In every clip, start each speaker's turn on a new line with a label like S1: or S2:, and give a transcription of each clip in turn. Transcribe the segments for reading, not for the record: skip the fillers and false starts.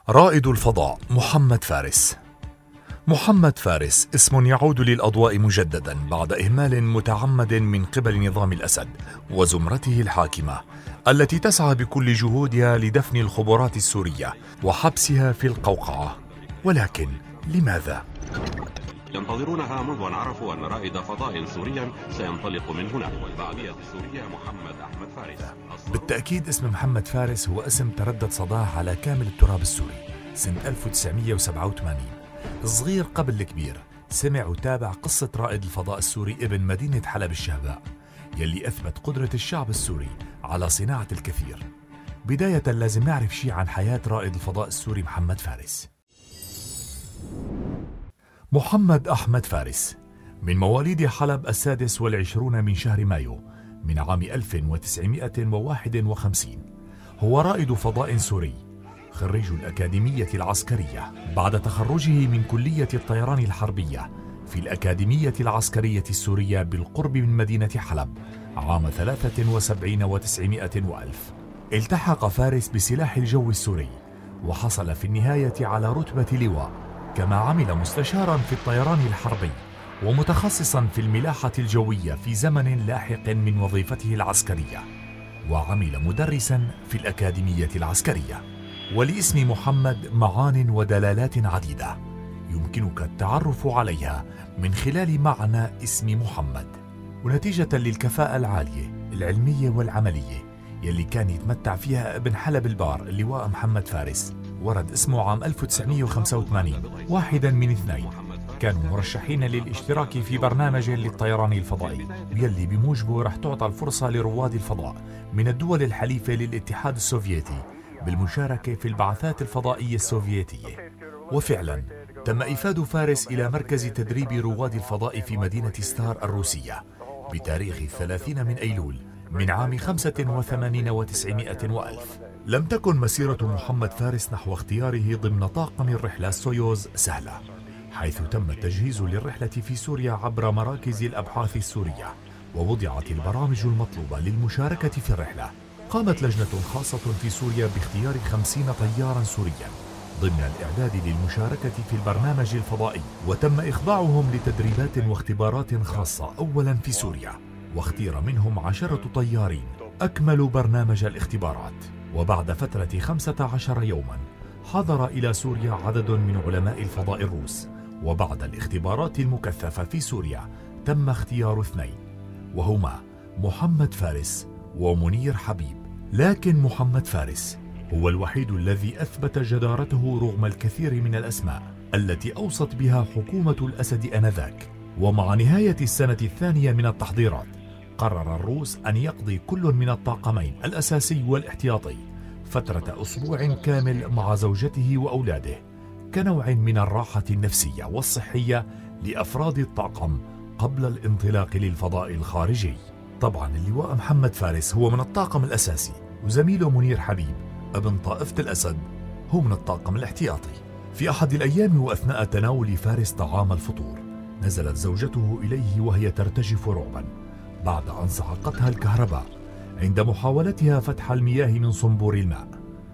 S1: رائد الفضاء محمد فارس. محمد فارس اسم يعود للأضواء مجددا بعد إهمال متعمد من قبل نظام الأسد وزمرته الحاكمة التي تسعى بكل جهودها لدفن الخبرات السورية وحبسها في القوقعة. ولكن لماذا؟
S2: ينتظرونها منذ أن عرفوا أن رائد فضاء سوريا سينطلق من هنا. والبعثية السورية محمد أحمد فارس.
S1: بالتأكيد اسم محمد فارس هو اسم تردد صداه على كامل التراب السوري سنة 1987. الصغير قبل الكبير سمع وتابع قصة رائد الفضاء السوري ابن مدينة حلب الشهباء يلي أثبت قدرة الشعب السوري على صناعة الكثير. بداية لازم نعرف شيء عن حياة رائد الفضاء السوري محمد فارس. محمد أحمد فارس من مواليد حلب 26 من شهر مايو من عام 1951. هو رائد فضاء سوري خريج الأكاديمية العسكرية بعد تخرجه من كلية الطيران الحربية في الأكاديمية العسكرية السورية بالقرب من مدينة حلب عام 73 و900 وألف. التحق فارس بسلاح الجو السوري وحصل في النهاية على رتبة لواء، كما عمل مستشارا في الطيران الحربي ومتخصصا في الملاحة الجوية في زمن لاحق من وظيفته العسكرية، وعمل مدرسا في الأكاديمية العسكرية. ولاسم محمد معان ودلالات عديدة يمكنك التعرف عليها من خلال معنى اسم محمد. ونتيجة للكفاءة العالية العلمية والعملية يلي كان يتمتع فيها ابن حلب البار اللواء محمد فارس، ورد اسمه عام 1985 واحدا من اثنين كانوا مرشحين للاشتراك في برنامج للطيران الفضائي يلي بموجبه رح تعطى الفرصة لرواد الفضاء من الدول الحليفة للاتحاد السوفيتي بالمشاركة في البعثات الفضائية السوفيتية. وفعلا تم إيفاد فارس إلى مركز تدريب رواد الفضاء في مدينة ستار الروسية بتاريخ 30 من أيلول من عام 85 و900 وألف. لم تكن مسيرة محمد فارس نحو اختياره ضمن طاقم الرحلة سويوز سهلة، حيث تم التجهيز للرحلة في سوريا عبر مراكز الأبحاث السورية، ووضعت البرامج المطلوبة للمشاركة في الرحلة. قامت لجنة خاصة في سوريا باختيار 50 طيارا سوريا ضمن الإعداد للمشاركة في البرنامج الفضائي، وتم إخضاعهم لتدريبات واختبارات خاصة أولا في سوريا، واختير منهم 10 طيارين أكملوا برنامج الاختبارات. وبعد فترة 15 يوما حضر إلى سوريا عدد من علماء الفضاء الروس، وبعد الاختبارات المكثفة في سوريا تم اختيار 2 وهما محمد فارس ومنير حبيب. لكن محمد فارس هو الوحيد الذي أثبت جدارته رغم الكثير من الأسماء التي أوصت بها حكومة الأسد آنذاك. ومع نهاية السنة الثانية من التحضيرات قرر الروس أن يقضي كل من الطاقمين الأساسي والاحتياطي فترة أسبوع كامل مع زوجته وأولاده كنوع من الراحة النفسية والصحية لأفراد الطاقم قبل الانطلاق للفضاء الخارجي. طبعا اللواء محمد فارس هو من الطاقم الأساسي، وزميله منير حبيب ابن طائفة الأسد هو من الطاقم الاحتياطي. في أحد الأيام وأثناء تناول فارس طعام الفطور نزلت زوجته إليه وهي ترتجف رعبا بعد أن صعقتها الكهرباء عند محاولتها فتح المياه من صنبور الماء.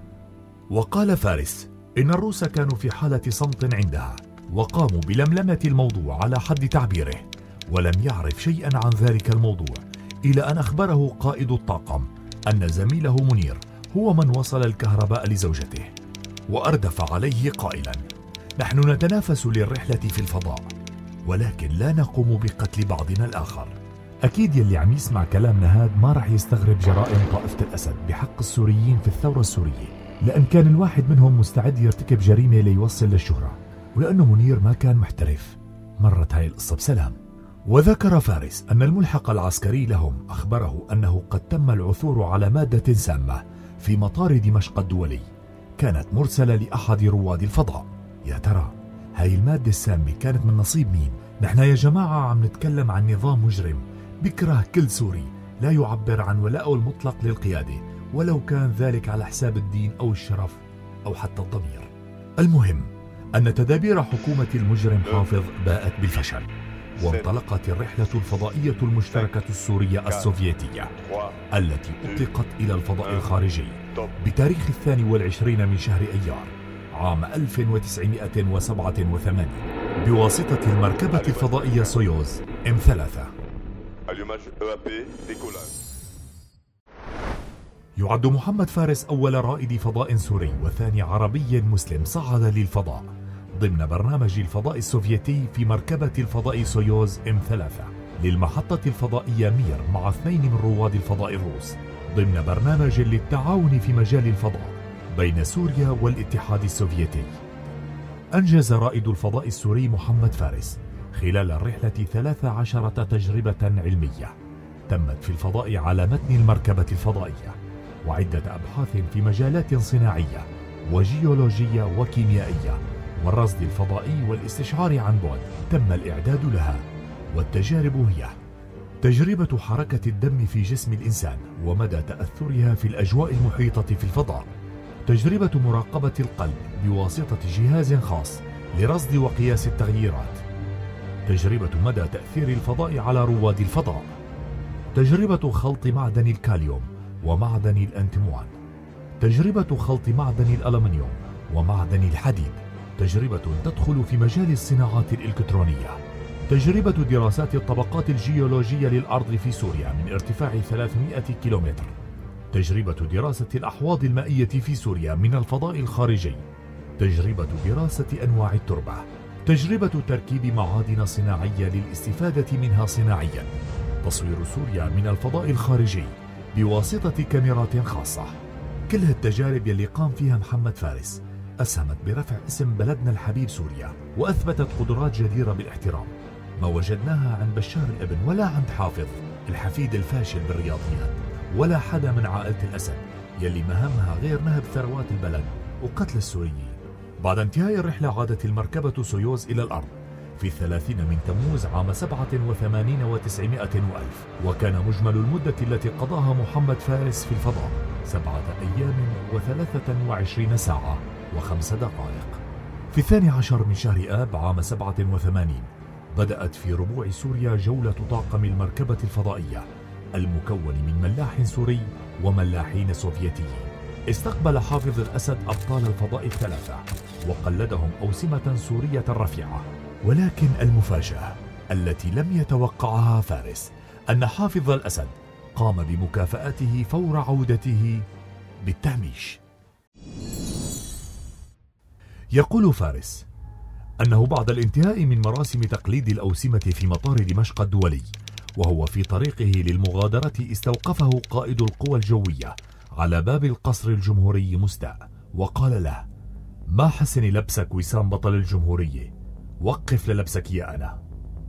S1: وقال فارس إن الروس كانوا في حالة صمت عندها وقاموا بلملمة الموضوع على حد تعبيره، ولم يعرف شيئا عن ذلك الموضوع إلى أن أخبره قائد الطاقم أن زميله منير هو من وصل الكهرباء لزوجته، وأردف عليه قائلا: نحن نتنافس للرحلة في الفضاء ولكن لا نقوم بقتل بعضنا الآخر. أكيد يلي عم يسمع كلامنا هاد ما رح يستغرب جرائم طائفة الأسد بحق السوريين في الثورة السورية، لأن كان الواحد منهم مستعد يرتكب جريمة ليوصل للشهرة، ولأنه منير ما كان محترف مرت هاي القصة بسلام. وذكر فارس أن الملحق العسكري لهم أخبره أنه قد تم العثور على مادة سامة في مطار دمشق الدولي كانت مرسلة لأحد رواد الفضاء. يا ترى هاي المادة السامة كانت من نصيب مين؟ نحن يا جماعة عم نتكلم عن نظام مجرم بكره كل سوري لا يعبر عن ولائه المطلق للقيادة، ولو كان ذلك على حساب الدين أو الشرف أو حتى الضمير. المهم أن تدابير حكومة المجرم حافظ باءت بالفشل، وانطلقت الرحلة الفضائية المشتركة السورية السوفيتية التي أطلقت إلى الفضاء الخارجي بتاريخ 22 من شهر أيار عام 1987 بواسطة المركبة الفضائية سويوز M3. يعد محمد فارس أول رائد فضاء سوري وثاني عربي مسلم صعد للفضاء ضمن برنامج الفضاء السوفيتي في مركبة الفضاء سويوز M3 للمحطة الفضائية مير مع 2 من رواد الفضاء الروس ضمن برنامج للتعاون في مجال الفضاء بين سوريا والاتحاد السوفيتي. أنجز رائد الفضاء السوري محمد فارس خلال الرحلة 13 تجربة علمية تمت في الفضاء على متن المركبة الفضائية، وعدة أبحاث في مجالات صناعية وجيولوجية وكيميائية والرصد الفضائي والاستشعار عن بعد تم الإعداد لها. والتجارب هي: تجربة حركة الدم في جسم الإنسان ومدى تأثرها في الأجواء المحيطة في الفضاء، تجربة مراقبة القلب بواسطة جهاز خاص لرصد وقياس التغييرات، تجربة مدى تأثير الفضاء على رواد الفضاء، تجربة خلط معدن الكاليوم ومعدن الأنتموان، تجربة خلط معدن الألمنيوم ومعدن الحديد، تجربة تدخل في مجال الصناعات الإلكترونية، تجربة دراسات الطبقات الجيولوجية للأرض في سوريا من ارتفاع 300 كيلومتر، تجربة دراسة الأحواض المائية في سوريا من الفضاء الخارجي، تجربة دراسة أنواع التربة، تجربة تركيب معادن صناعية للاستفادة منها صناعيا، تصوير سوريا من الفضاء الخارجي بواسطة كاميرات خاصة. كل هالتجارب يلي قام فيها محمد فارس أسهمت برفع اسم بلدنا الحبيب سوريا وأثبتت قدرات جديرة بالاحترام ما وجدناها عند بشار الابن ولا عند حافظ الحفيد الفاشل بالرياضيات ولا حدا من عائلة الأسد يلي مهمها غير نهب ثروات البلد وقتل السوريين. بعد انتهاء الرحلة عادت المركبة سويوز إلى الأرض في 30 من تموز عام 87 و900 وألف، وكان مجمل المدة التي قضاها محمد فارس في الفضاء 7 أيام و23 ساعة و5 دقائق. في 12 من شهر آب عام 87 بدأت في ربوع سوريا جولة طاقم المركبة الفضائية المكون من ملاح سوري وملاحين سوفيتيين. استقبل حافظ الأسد أبطال الفضاء الثلاثة وقلدهم أوسمة سورية رفيعة، ولكن المفاجأة التي لم يتوقعها فارس أن حافظ الأسد قام بمكافأته فور عودته بالتهميش. يقول فارس أنه بعد الانتهاء من مراسم تقليد الأوسمة في مطار دمشق الدولي وهو في طريقه للمغادرة استوقفه قائد القوى الجوية على باب القصر الجمهوري مستاء وقال له: ما حسن لبسك وسام بطل الجمهورية، وقف للبسك يا أنا.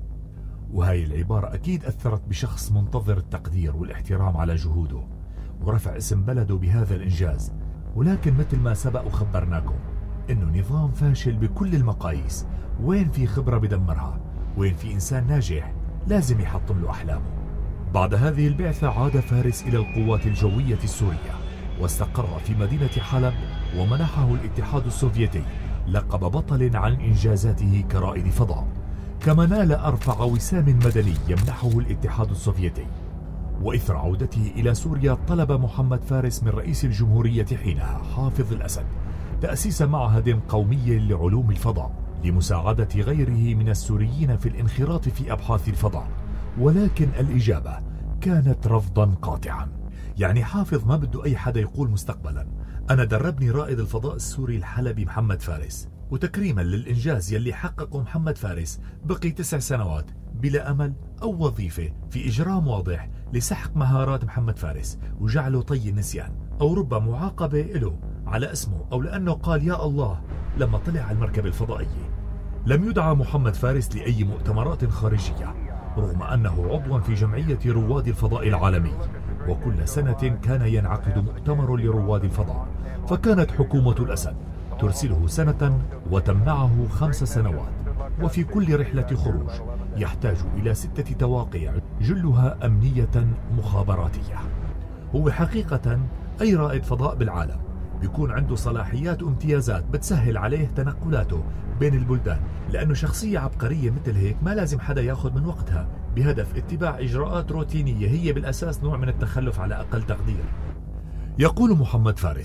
S1: وهاي العبارة أكيد أثرت بشخص منتظر التقدير والاحترام على جهوده ورفع اسم بلده بهذا الإنجاز. ولكن مثل ما سبق وخبرناكم إنه نظام فاشل بكل المقاييس، وين في خبرة بدمرها، وين في إنسان ناجح لازم يحطم له أحلامه. بعد هذه البعثة عاد فارس إلى القوات الجوية السورية واستقر في مدينة حلب، ومنحه الاتحاد السوفيتي لقب بطل عن إنجازاته كرائد فضاء، كما نال أرفع وسام مدني يمنحه الاتحاد السوفيتي. وإثر عودته إلى سوريا طلب محمد فارس من رئيس الجمهورية حينها حافظ الأسد تأسيس معهد قومي لعلوم الفضاء لمساعدة غيره من السوريين في الانخراط في أبحاث الفضاء، ولكن الإجابة كانت رفضا قاطعا. يعني حافظ ما بده أي حدا يقول مستقبلا أنا دربني رائد الفضاء السوري الحلبي محمد فارس، وتكريما للإنجاز يلي حققه محمد فارس بقي 9 سنوات بلا أمل أو وظيفة في إجرام واضح لسحق مهارات محمد فارس وجعله طي النسيان، أو رب معاقبة له على اسمه أو لأنه قال يا الله لما طلع على المركبة الفضائية. لم يدعى محمد فارس لأي مؤتمرات خارجية رغم أنه عضوا في جمعية رواد الفضاء العالمي، وكل سنة كان ينعقد مؤتمر لرواد الفضاء، فكانت حكومة الأسد ترسله سنة وتمنعه 5 سنوات، وفي كل رحلة خروج يحتاج إلى 6 تواقيع جلها أمنية مخابراتية. هو حقيقة أي رائد فضاء بالعالم بيكون عنده صلاحيات وامتيازات بتسهل عليه تنقلاته بين البلدان، لأنه شخصية عبقرية مثل هيك ما لازم حدا ياخذ من وقتها بهدف اتباع إجراءات روتينية هي بالأساس نوع من التخلف على أقل تقدير. يقول محمد فارس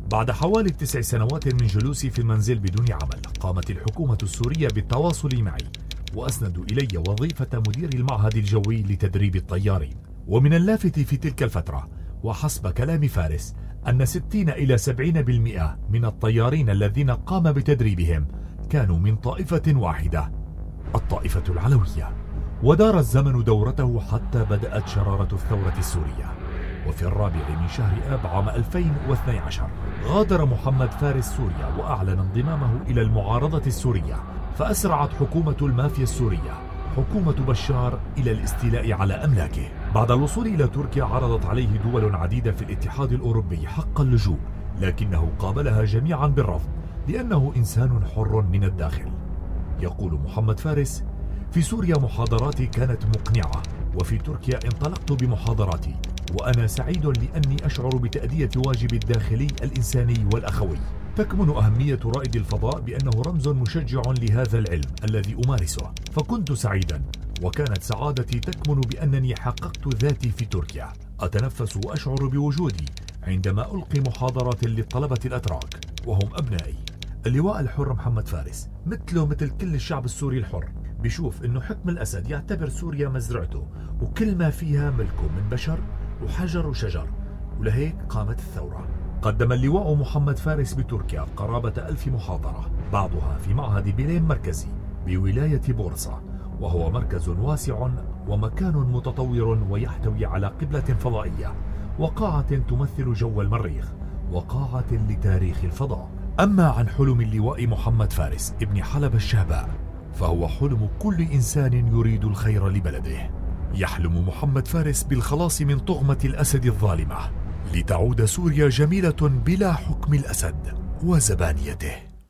S1: بعد حوالي 9 سنوات من جلوسي في المنزل بدون عمل، قامت الحكومة السورية بالتواصل معي وأسندوا إلي وظيفة مدير المعهد الجوي لتدريب الطيارين. ومن اللافت في تلك الفترة وحسب كلام فارس أن 60 إلى 70% من الطيارين الذين قام بتدريبهم كانوا من طائفة واحدة، الطائفة العلوية. ودار الزمن دورته حتى بدأت شرارة الثورة السورية. وفي 4 شهر آب عام 2012 غادر محمد فارس سوريا وأعلن انضمامه إلى المعارضة السورية، فأسرعت حكومة المافيا السورية حكومة بشار إلى الاستيلاء على أملاكه. بعد الوصول إلى تركيا عرضت عليه دول عديدة في الاتحاد الأوروبي حق اللجوء، لكنه قابلها جميعا بالرفض لأنه إنسان حر من الداخل. يقول محمد فارس: في سوريا محاضراتي كانت مقنعة، وفي تركيا انطلقت بمحاضراتي، وأنا سعيد لأني أشعر بتأدية واجب الداخلي الإنساني والأخوي. تكمن أهمية رائد الفضاء بأنه رمز مشجع لهذا العلم الذي أمارسه، فكنت سعيدا، وكانت سعادتي تكمن بأنني حققت ذاتي في تركيا. أتنفس وأشعر بوجودي عندما ألقي محاضرات للطلبة الأتراك وهم أبنائي. اللواء الحر محمد فارس مثله مثل كل الشعب السوري الحر، بيشوف إنه حكم الأسد يعتبر سوريا مزرعته وكل ما فيها ملكه من بشر وحجر وشجر، ولهيك قامت الثورة. قدم اللواء محمد فارس بتركيا قرابة 1000 محاضرة، بعضها في معهد بيلين مركزي بولاية بورصة، وهو مركز واسع ومكان متطور ويحتوي على قبلة فضائية وقاعة تمثل جو المريخ وقاعة لتاريخ الفضاء. أما عن حلم اللواء محمد فارس ابن حلب الشهباء فهو حلم كل إنسان يريد الخير لبلده. يحلم محمد فارس بالخلاص من طغمة الأسد الظالمة، لتعود سوريا جميلة بلا حكم الأسد وزبانيته.